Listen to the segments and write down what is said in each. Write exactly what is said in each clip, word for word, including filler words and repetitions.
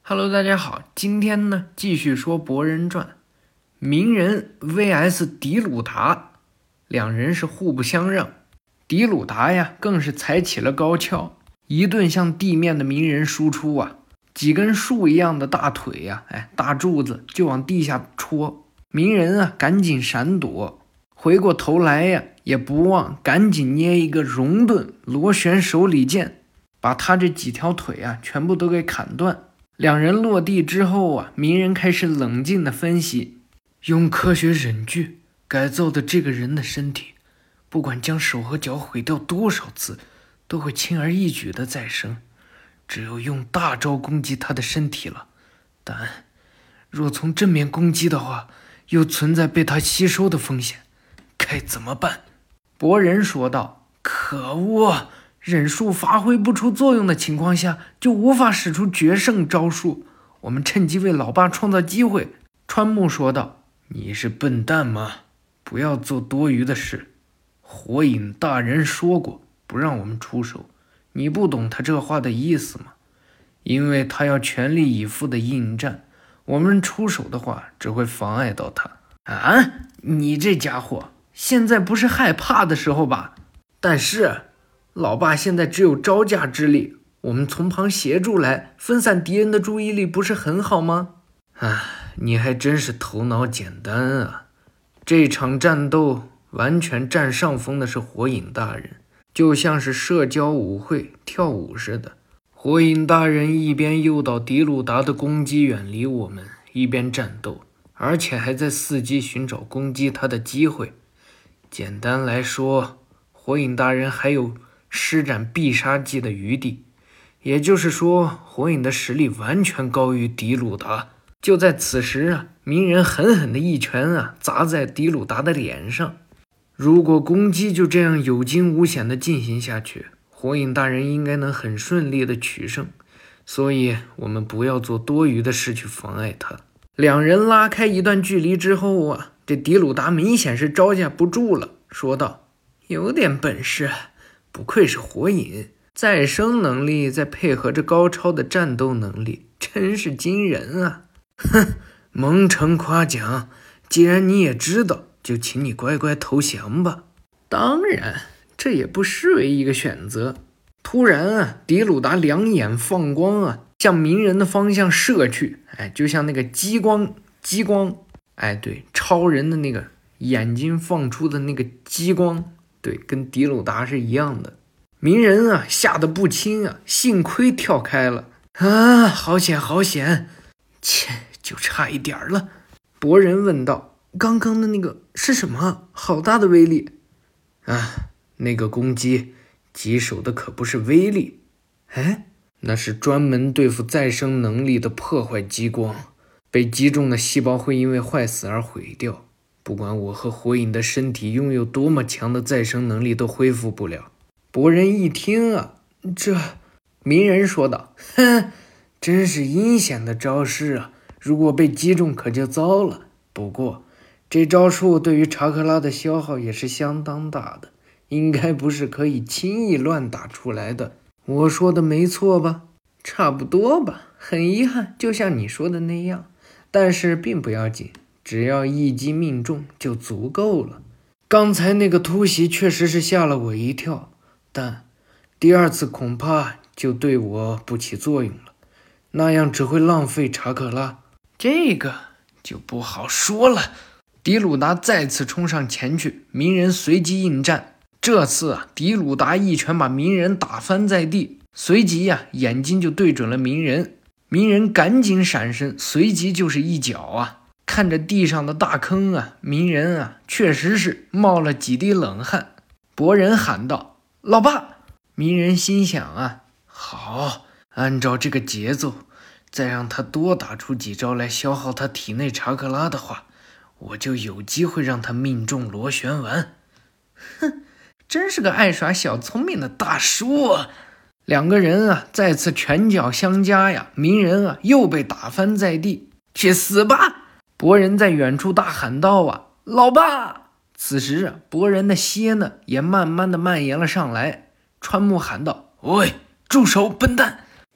Hello， 大家好，今天呢继续说博人传，鸣人 V S 迪鲁达，两人是互不相让。迪鲁达呀更是踩起了高跷，一顿向地面的鸣人输出啊，几根树一样的大腿呀，哎，大柱子就往地下戳。鸣人啊赶紧闪躲，回过头来呀也不忘赶紧捏一个熔盾螺旋手里剑，把他这几条腿啊全部都给砍断。两人落地之后啊，鸣人开始冷静地分析，用科学忍具改造的这个人的身体，不管将手和脚毁掉多少次，都会轻而易举地再生。只有用大招攻击他的身体了，但若从正面攻击的话，又存在被他吸收的风险，该怎么办？博人说道：可恶，忍术发挥不出作用的情况下，就无法使出决胜招数。我们趁机为老爸创造机会。川木说道：你是笨蛋吗？不要做多余的事。火影大人说过不让我们出手，你不懂他这话的意思吗？因为他要全力以赴的应战，我们出手的话只会妨碍到他。啊，你这家伙现在不是害怕的时候吧？但是老爸现在只有招架之力，我们从旁协助来分散敌人的注意力，不是很好吗？啊，你还真是头脑简单啊！这场战斗完全占上风的是火影大人，就像是社交舞会跳舞似的。火影大人一边诱导迪鲁达的攻击远离我们，一边战斗，而且还在伺机寻找攻击他的机会。简单来说，火影大人还有施展必杀技的余地，也就是说，火影的实力完全高于迪鲁达。就在此时啊，鸣人狠狠的一拳啊砸在迪鲁达的脸上。如果攻击就这样有惊无险的进行下去，火影大人应该能很顺利的取胜，所以我们不要做多余的事去妨碍他。两人拉开一段距离之后啊，这迪鲁达明显是招架不住了，说道：有点本事，不愧是火影，再生能力再配合着高超的战斗能力，真是惊人啊！哼，蒙城夸奖，既然你也知道，就请你乖乖投降吧。当然，这也不失为一个选择。突然啊，迪鲁达两眼放光啊，向鸣人的方向射去，哎，就像那个激光激光，哎，对，超人的那个眼睛放出的那个激光，对，跟迪鲁达是一样的。鸣人啊吓得不轻啊，幸亏跳开了啊，好险好险，切，就差一点了。博人问道：刚刚的那个是什么？好大的威力啊！那个攻击击手的可不是威力，哎，那是专门对付再生能力的破坏激光，被击中的细胞会因为坏死而毁掉，不管我和火影的身体拥有多么强的再生能力都恢复不了。博人一听啊，这鸣人说道：哼，真是阴险的招式啊，如果被击中可就糟了。不过这招数对于查克拉的消耗也是相当大的，应该不是可以轻易乱打出来的。我说的没错吧？差不多吧，很遗憾，就像你说的那样，但是并不要紧，只要一击命中就足够了。刚才那个突袭确实是吓了我一跳，但第二次恐怕就对我不起作用了，那样只会浪费查克拉。这个就不好说了。迪鲁达再次冲上前去，鸣人随即应战。这次啊，迪鲁达一拳把鸣人打翻在地，随即啊，眼睛就对准了鸣人。鸣人赶紧闪身，随即就是一脚啊！看着地上的大坑啊，鸣人啊，确实是冒了几滴冷汗。博人喊道：老爸！鸣人心想啊，好，按照这个节奏，再让他多打出几招来消耗他体内查克拉的话，我就有机会让他命中螺旋丸。哼，真是个爱耍小聪明的大叔啊！两个人啊再次拳脚相加呀，鸣人啊又被打翻在地。去死吧！博人在远处大喊道啊，老爸！此时啊，博人的蝎呢也慢慢的蔓延了上来。川木喊道：喂，住手，笨蛋！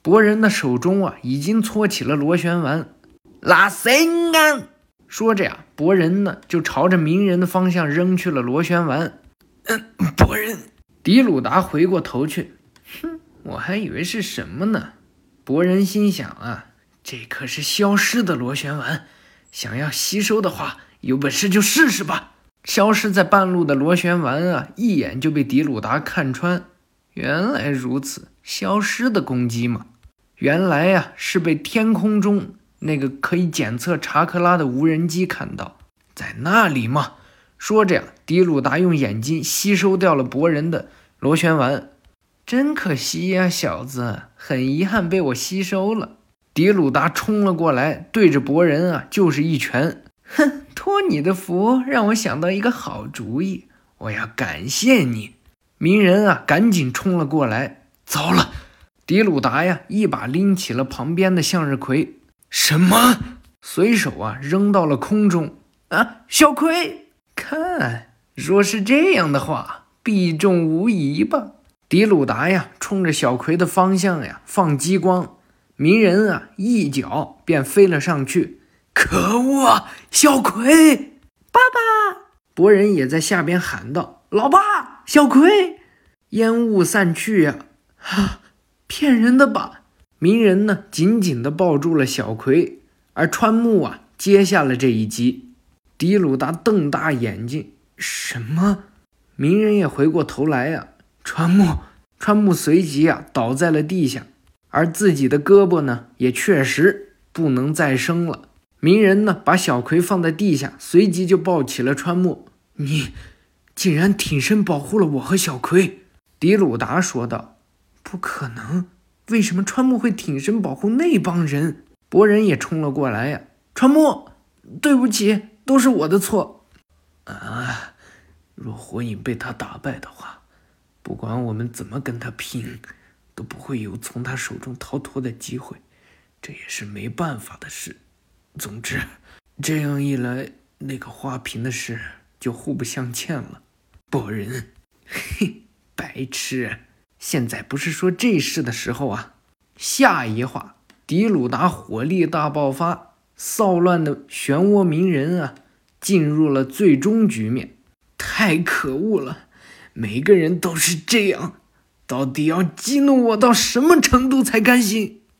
博人的手中啊已经搓起了螺旋丸。拉森安说着呀，博人呢就朝着鸣人的方向扔去了螺旋丸。嗯，博人，迪鲁达回过头去，哼，我还以为是什么呢？博人心想啊，这可是消失的螺旋丸，想要吸收的话，有本事就试试吧。消失在半路的螺旋丸啊，一眼就被迪鲁达看穿。原来如此，消失的攻击嘛，原来呀、啊、是被天空中那个可以检测查克拉的无人机看到，在那里嘛。说着呀，迪鲁达用眼睛吸收掉了博人的螺旋丸。真可惜呀、啊，小子，很遗憾被我吸收了。迪鲁达冲了过来，对着博人啊就是一拳。哼，托你的福，让我想到一个好主意，我要感谢你。鸣人啊赶紧冲了过来。糟了，迪鲁达呀一把拎起了旁边的向日葵。什么？随手啊扔到了空中。啊，小葵，看，若是这样的话，必中无疑吧。迪鲁达呀冲着小葵的方向呀放激光，鸣人啊一脚便飞了上去。可恶啊，小葵！爸爸！博人也在下边喊道：老爸，小葵！烟雾散去呀、啊，啊，骗人的吧？鸣人呢紧紧地抱住了小葵，而川木啊接下了这一击。迪鲁达瞪大眼睛，什么？鸣人也回过头来呀、啊，川木，川木随即啊倒在了地下，而自己的胳膊呢也确实不能再生了。鸣人呢把小葵放在地下，随即就抱起了川木。你竟然挺身保护了我和小葵！迪鲁达说道。不可能，为什么川木会挺身保护那帮人？博人也冲了过来呀、啊！川木，对不起，都是我的错。啊，若火影被他打败的话，不管我们怎么跟他拼，都不会有从他手中逃脱的机会，这也是没办法的事。总之，这样一来，那个花瓶的事就互不相欠了。博人，嘿，白痴，现在不是说这事的时候啊。下一话，迪鲁达火力大爆发，骚乱的漩涡鸣人啊进入了最终局面。太可恶了，每个人都是这样，到底要激怒我到什么程度才甘心？